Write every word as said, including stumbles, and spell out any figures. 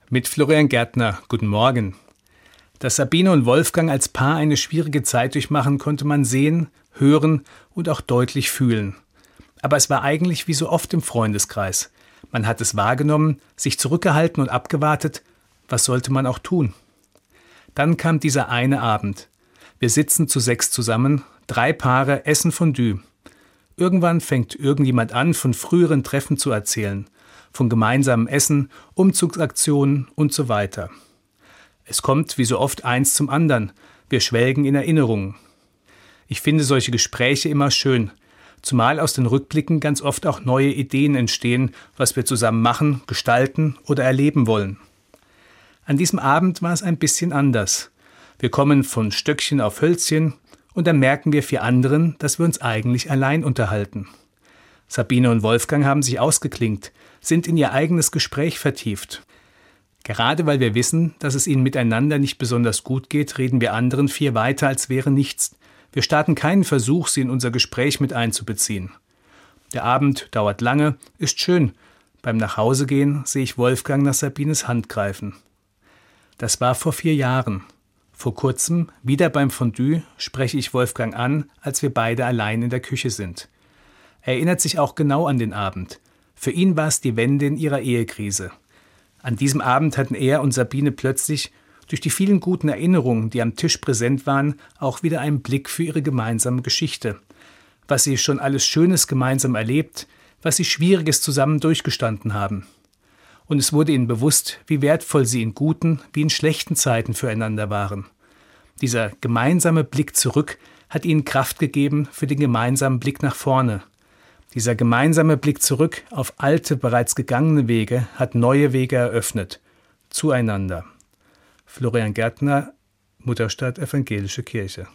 Mit Florian Gärtner, guten Morgen. Dass Sabine und Wolfgang als Paar eine schwierige Zeit durchmachen, konnte man sehen, hören und auch deutlich fühlen. Aber es war eigentlich wie so oft im Freundeskreis. Man hat es wahrgenommen, sich zurückgehalten und abgewartet. Was sollte man auch tun? Dann kam dieser eine Abend. Wir sitzen zu sechs zusammen, drei Paare essen Fondue. Irgendwann fängt irgendjemand an, von früheren Treffen zu erzählen. Von gemeinsamem Essen, Umzugsaktionen und so weiter. Es kommt wie so oft eins zum anderen. Wir schwelgen in Erinnerungen. Ich finde solche Gespräche immer schön, zumal aus den Rückblicken ganz oft auch neue Ideen entstehen, was wir zusammen machen, gestalten oder erleben wollen. An diesem Abend war es ein bisschen anders. Wir kommen von Stöckchen auf Hölzchen und dann merken wir vier anderen, dass wir uns eigentlich allein unterhalten. Sabine und Wolfgang haben sich ausgeklinkt, sind in ihr eigenes Gespräch vertieft. Gerade weil wir wissen, dass es ihnen miteinander nicht besonders gut geht, reden wir anderen vier weiter, als wäre nichts. Wir starten keinen Versuch, sie in unser Gespräch mit einzubeziehen. Der Abend dauert lange, ist schön. Beim Nachhausegehen sehe ich Wolfgang nach Sabines Hand greifen. Das war vor vier Jahren. Vor kurzem, wieder beim Fondue, spreche ich Wolfgang an, als wir beide allein in der Küche sind. Er erinnert sich auch genau an den Abend. Für ihn war es die Wende in ihrer Ehekrise. An diesem Abend hatten er und Sabine plötzlich, durch die vielen guten Erinnerungen, die am Tisch präsent waren, auch wieder einen Blick für ihre gemeinsame Geschichte. Was sie schon alles Schönes gemeinsam erlebt, was sie Schwieriges zusammen durchgestanden haben. Und es wurde ihnen bewusst, wie wertvoll sie in guten wie in schlechten Zeiten füreinander waren. Dieser gemeinsame Blick zurück hat ihnen Kraft gegeben für den gemeinsamen Blick nach vorne. Dieser gemeinsame Blick zurück auf alte, bereits gegangene Wege hat neue Wege eröffnet. Zueinander. Florian Gärtner, Mutterstadt Evangelische Kirche.